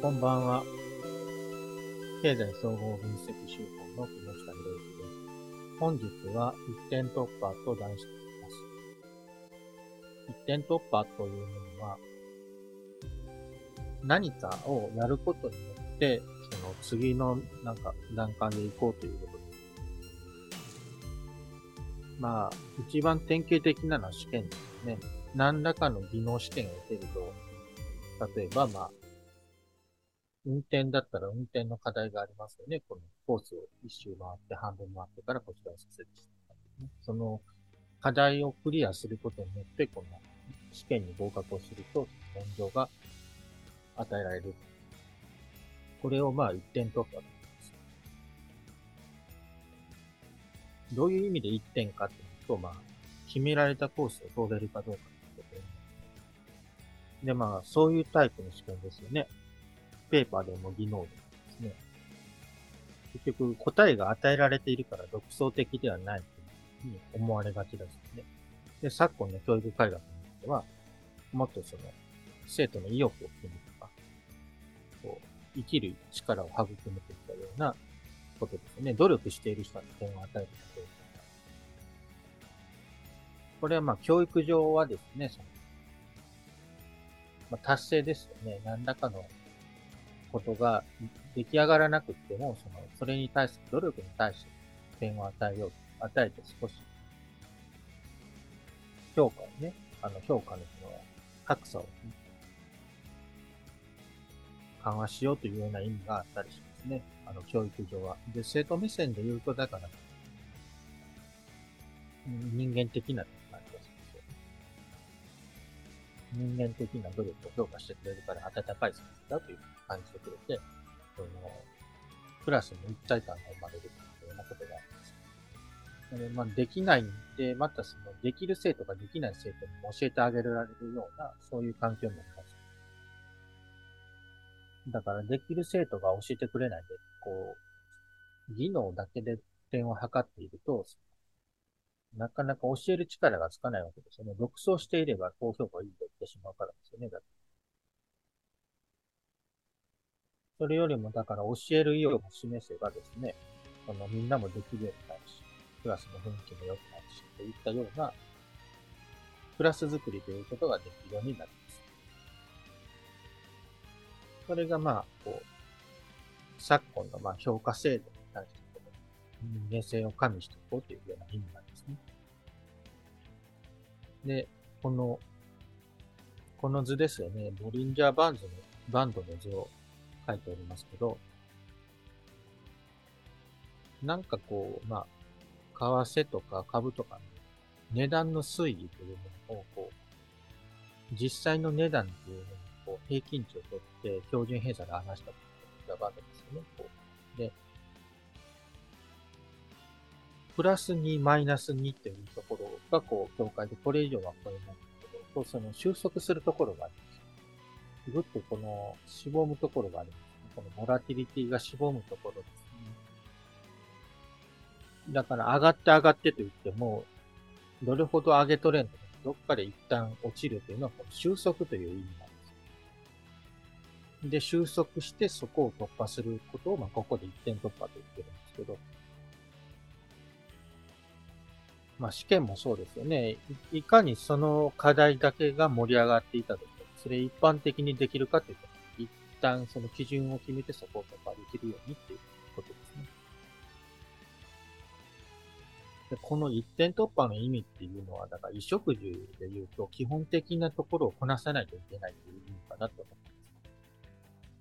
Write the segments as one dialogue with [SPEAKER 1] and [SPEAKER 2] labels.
[SPEAKER 1] こんばんは。経済総合分析手法の木下博之です。本日は一点突破と題しています。一点突破というものは、何かをやることによって、その次の段階で行こうということです。一番典型的なのは試験ですね。何らかの技能試験を受けると、例えば運転だったら運転の課題がありますよね。このコースを一周回って半分回ってからこちらを左折して、ね。その課題をクリアすることによって、この試験に合格をすると、免状が与えられる。これを一点突破と言います。どういう意味で一点かというと、決められたコースを通れるかどうかということで、そういうタイプの試験ですよね。ペーパーでも技能でもですね。結局、答えが与えられているから独創的ではないというふうに思われがちですよね。で、昨今の教育改革においては、もっと生徒の意欲を決めるとか、生きる力を育むといったようなことですね。努力している人に点を与えること。これは教育上はですね、達成ですよね。何らかのことが出来上がらなくっても、それに対する努力に対して点を与えて少し評価をね、評価の格差を、緩和しようというような意味があったりしますね。教育上は。で、生徒目線で言うと、だから、人間的な感じがしますよね。人間的な努力を評価してくれるから、温かい先生だという感じてくれて、クラスに一体感が生まれるというようなことがあります。できないんで、またできる生徒ができない生徒にも教えてあげられるような、そういう環境になります。だから、できる生徒が教えてくれないで、技能だけで点を測っていると、なかなか教える力がつかないわけですよね。独創していれば高評価がいいと言ってしまうからですよね。それよりも、だから教える意欲を示せばですね、みんなもできるようになるし、クラスの雰囲気も良くなるし、といったような、クラス作りということができるようになります。それが昨今の評価制度に対して、人間性を加味していこうというような意味なんですね。で、この図ですよね。ボリンジャーバンドの図を書いておりますけど、為替とか株とかの値段の推移というものを、実際の値段というのを平均値を取って標準偏差で話したボリンジャーバンドですよね。で、プラス2、マイナス2っていうところが境界でこれ以上は超えないけど、収束するところがあります。ぐっとしぼむところがありますね。このボラティリティがしぼむところですね。だから上がってと言っても、どれほど上げとれんのか、どっかで一旦落ちるというのは、この収束という意味なんです。で、収束してそこを突破することを、ここで一点突破と言ってるんですけど、試験もそうですよね。いかにその課題だけが盛り上がっていたとき、それ一般的にできるかというと、一旦その基準を決めてそこを突破できるようにっていうことですね。でこの一点突破の意味っていうのは、だから衣食住で言うと、基本的なところをこなさないといけないという意味かなと思います。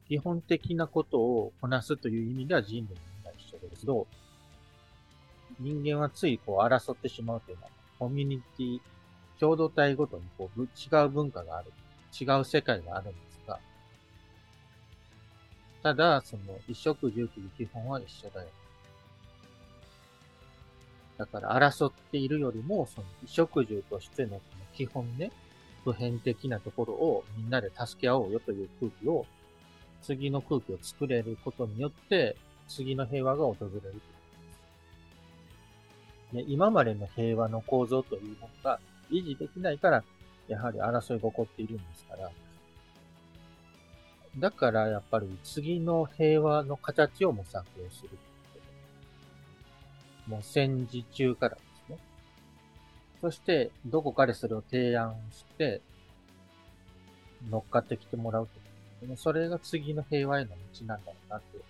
[SPEAKER 1] 基本的なことをこなすという意味では人類みんな一緒ですけど、人間はつい争ってしまうというのは、コミュニティ、共同体ごとに違う文化がある、違う世界があるんですが、ただ、衣食住という基本は一緒だよ。だから争っているよりも、衣食住としての基本ね、普遍的なところをみんなで助け合おうよという空気を、次の空気を作れることによって、次の平和が訪れる。ね、今までの平和の構造というものが維持できないから、やはり争いが起こっているんですから、 だからやっぱり次の平和の形を模索をする。もう戦時中からですね。そして、どこかでそれを提案して、乗っかってきてもらうと。それが次の平和への道なんだろうなっていう。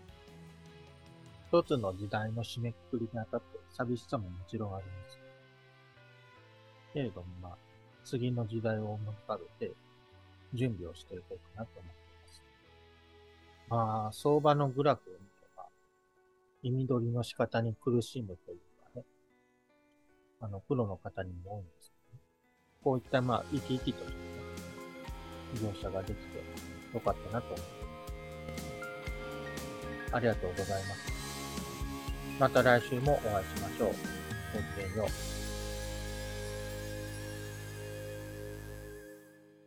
[SPEAKER 1] 一つの時代の締めくくりにあたって寂しさももちろんあります。けれども、次の時代を思い浮かべて準備をしていこうかなと思っています。相場のグラフを見れば、意味取りの仕方に苦しむというかね、プロの方にも多いんですけどね。こういった生き生きとしたね、描写ができてよかったなと思っています。ありがとうございます。また来週もお会いしましょう。ごきげんよう。